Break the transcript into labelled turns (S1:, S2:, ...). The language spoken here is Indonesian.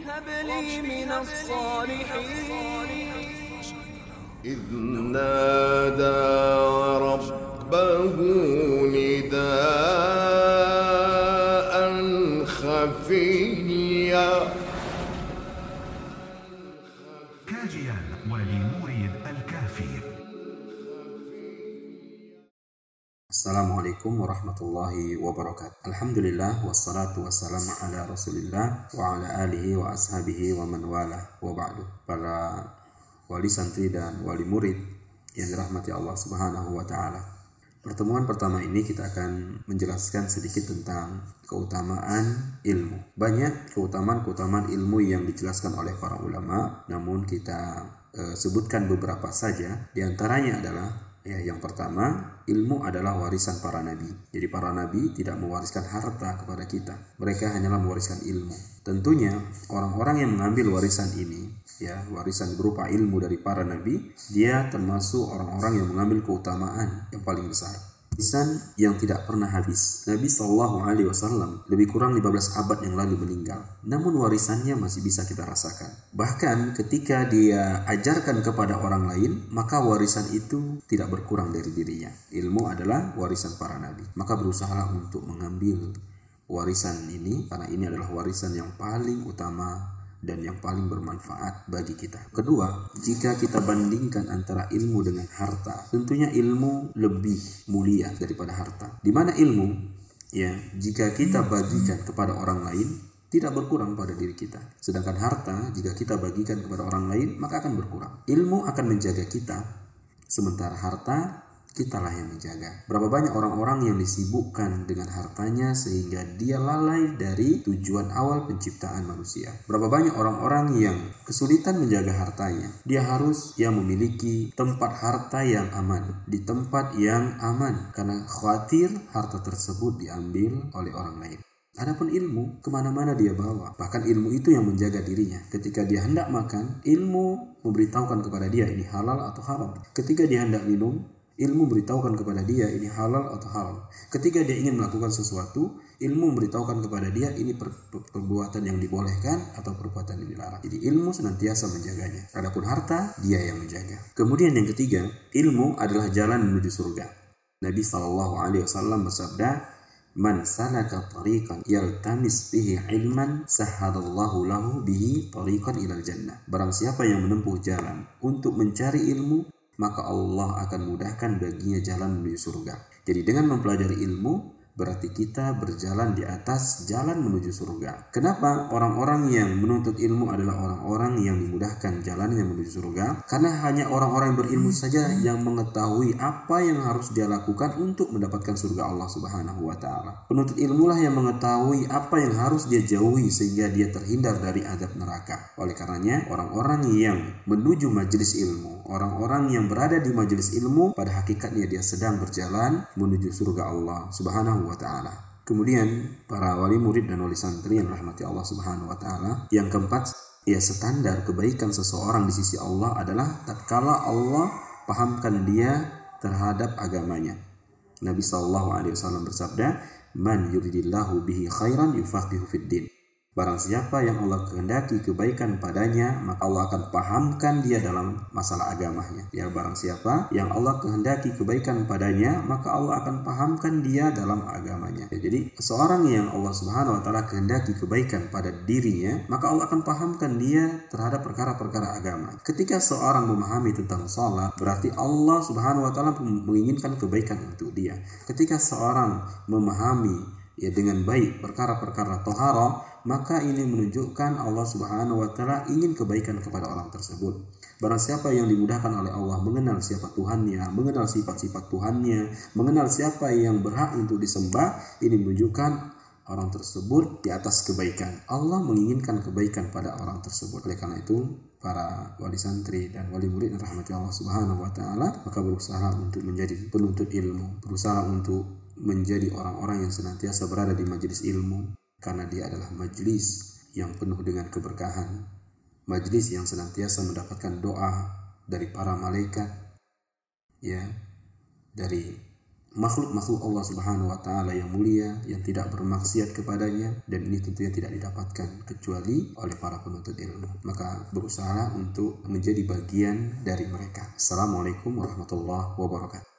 S1: هب لي من الصالحين
S2: إذ نادى ربه نداء خفيا.
S3: كاجيان ولمورد الكافي.
S4: Assalamualaikum warahmatullahi wabarakatuh. Alhamdulillah wassalatu wassalamu ala Rasulillah wa ala alihi wa ashabihi wa man wala wa ba'du. Para wali santri dan wali murid yang dirahmati Allah Subhanahu wa taala. Pertemuan pertama ini kita akan menjelaskan sedikit tentang keutamaan ilmu. Banyak keutamaan-keutamaan ilmu yang dijelaskan oleh para ulama, namun kita sebutkan beberapa saja. Di antaranya adalah yang pertama, ilmu adalah warisan para nabi. Jadi para nabi tidak mewariskan harta kepada kita. Mereka hanyalah mewariskan ilmu. Tentunya orang-orang yang mengambil warisan ini, warisan berupa ilmu dari para nabi, dia termasuk orang-orang yang mengambil keutamaan yang paling besar. Warisan yang tidak pernah habis. Nabi SAW lebih kurang 15 abad yang lalu meninggal. Namun warisannya masih bisa kita rasakan. Bahkan ketika dia ajarkan kepada orang lain, maka warisan itu tidak berkurang dari dirinya. Ilmu adalah warisan para nabi. Maka berusahalah untuk mengambil warisan ini, karena ini adalah warisan yang paling utama dan yang paling bermanfaat bagi kita. Kedua, jika kita bandingkan antara ilmu dengan harta, tentunya ilmu lebih mulia daripada harta. Di mana ilmu, jika kita bagikan kepada orang lain, tidak berkurang pada diri kita. Sedangkan harta, jika kita bagikan kepada orang lain, maka akan berkurang. Ilmu akan menjaga kita, sementara harta kitalah yang menjaga. Berapa banyak orang-orang yang disibukkan dengan hartanya sehingga dia lalai dari tujuan awal penciptaan manusia. Berapa banyak orang-orang yang kesulitan menjaga hartanya. Dia harus memiliki tempat harta yang aman, di tempat yang aman, karena khawatir harta tersebut diambil oleh orang lain. Adapun ilmu, kemana-mana dia bawa. Bahkan ilmu itu yang menjaga dirinya. Ketika dia hendak makan, ilmu memberitahukan kepada dia ini halal atau haram. Ketika dia hendak minum, ilmu memberitahukan kepada dia ini halal atau haram. Ketika dia ingin melakukan sesuatu, ilmu memberitahukan kepada dia ini perbuatan yang dibolehkan atau perbuatan yang dilarang. Jadi ilmu senantiasa menjaganya. Adapun harta, dia yang menjaga. Kemudian yang ketiga, ilmu adalah jalan menuju surga. Nabi SAW bersabda, "Man salaka tariqan yaltamis bihi ilman sahhadallahu lahu bihi tariqan ilal jannah." Barang siapa yang menempuh jalan untuk mencari ilmu, maka Allah akan mudahkan baginya jalan menuju surga. Jadi dengan mempelajari ilmu, berarti kita berjalan di atas jalan menuju surga. Kenapa orang-orang yang menuntut ilmu adalah orang-orang yang dimudahkan jalannya menuju surga? Karena hanya orang-orang yang berilmu saja yang mengetahui apa yang harus dia lakukan untuk mendapatkan surga Allah Subhanahu wa taala. Penuntut ilmulah yang mengetahui apa yang harus dia jauhi sehingga dia terhindar dari azab neraka. Oleh karenanya, orang-orang yang menuju majelis ilmu, orang-orang yang berada di majelis ilmu, pada hakikatnya dia sedang berjalan menuju surga Allah Subhanahu wa ta'ala. Kemudian para wali murid dan wali santri yang rahmati Allah Subhanahu wa ta'ala, yang keempat, standar kebaikan seseorang di sisi Allah adalah tatkala Allah pahamkan dia terhadap agamanya. Nabi SAW bersabda, "Man yuridillahu bihi khairan yufaqihu fid din." Barang siapa yang Allah kehendaki kebaikan padanya, maka Allah akan pahamkan dia dalam masalah agamanya. Barang siapa yang Allah kehendaki kebaikan padanya, maka Allah akan pahamkan dia dalam agamanya. Jadi seorang yang Allah Subhanahu wa taala kehendaki kebaikan pada dirinya, maka Allah akan pahamkan dia terhadap perkara-perkara agama. Ketika seorang memahami tentang salat, berarti Allah Subhanahu wa taala menginginkan kebaikan untuk dia. Ketika seorang memahami dengan baik perkara-perkara tohara, maka ini menunjukkan Allah Subhanahu wa taala ingin kebaikan kepada orang tersebut. Barang siapa yang dimudahkan oleh Allah mengenal siapa Tuhannya, mengenal sifat-sifat Tuhannya, mengenal siapa yang berhak untuk disembah, ini menunjukkan orang tersebut di atas kebaikan. Allah menginginkan kebaikan pada orang tersebut. Oleh karena itu, para wali santri dan wali murid yang rahmati Allah Subhanahu wa taala, maka berusaha untuk menjadi penuntut ilmu, berusaha untuk menjadi orang-orang yang senantiasa berada di majelis ilmu, karena dia adalah majelis yang penuh dengan keberkahan, majelis yang senantiasa mendapatkan doa dari para malaikat, dari makhluk-makhluk Allah Subhanahu wa taala yang mulia, yang tidak bermaksiat kepadanya, dan ini tentunya tidak didapatkan kecuali oleh para penuntut ilmu. Maka berusaha untuk menjadi bagian dari mereka. Assalamualaikum warahmatullahi wabarakatuh.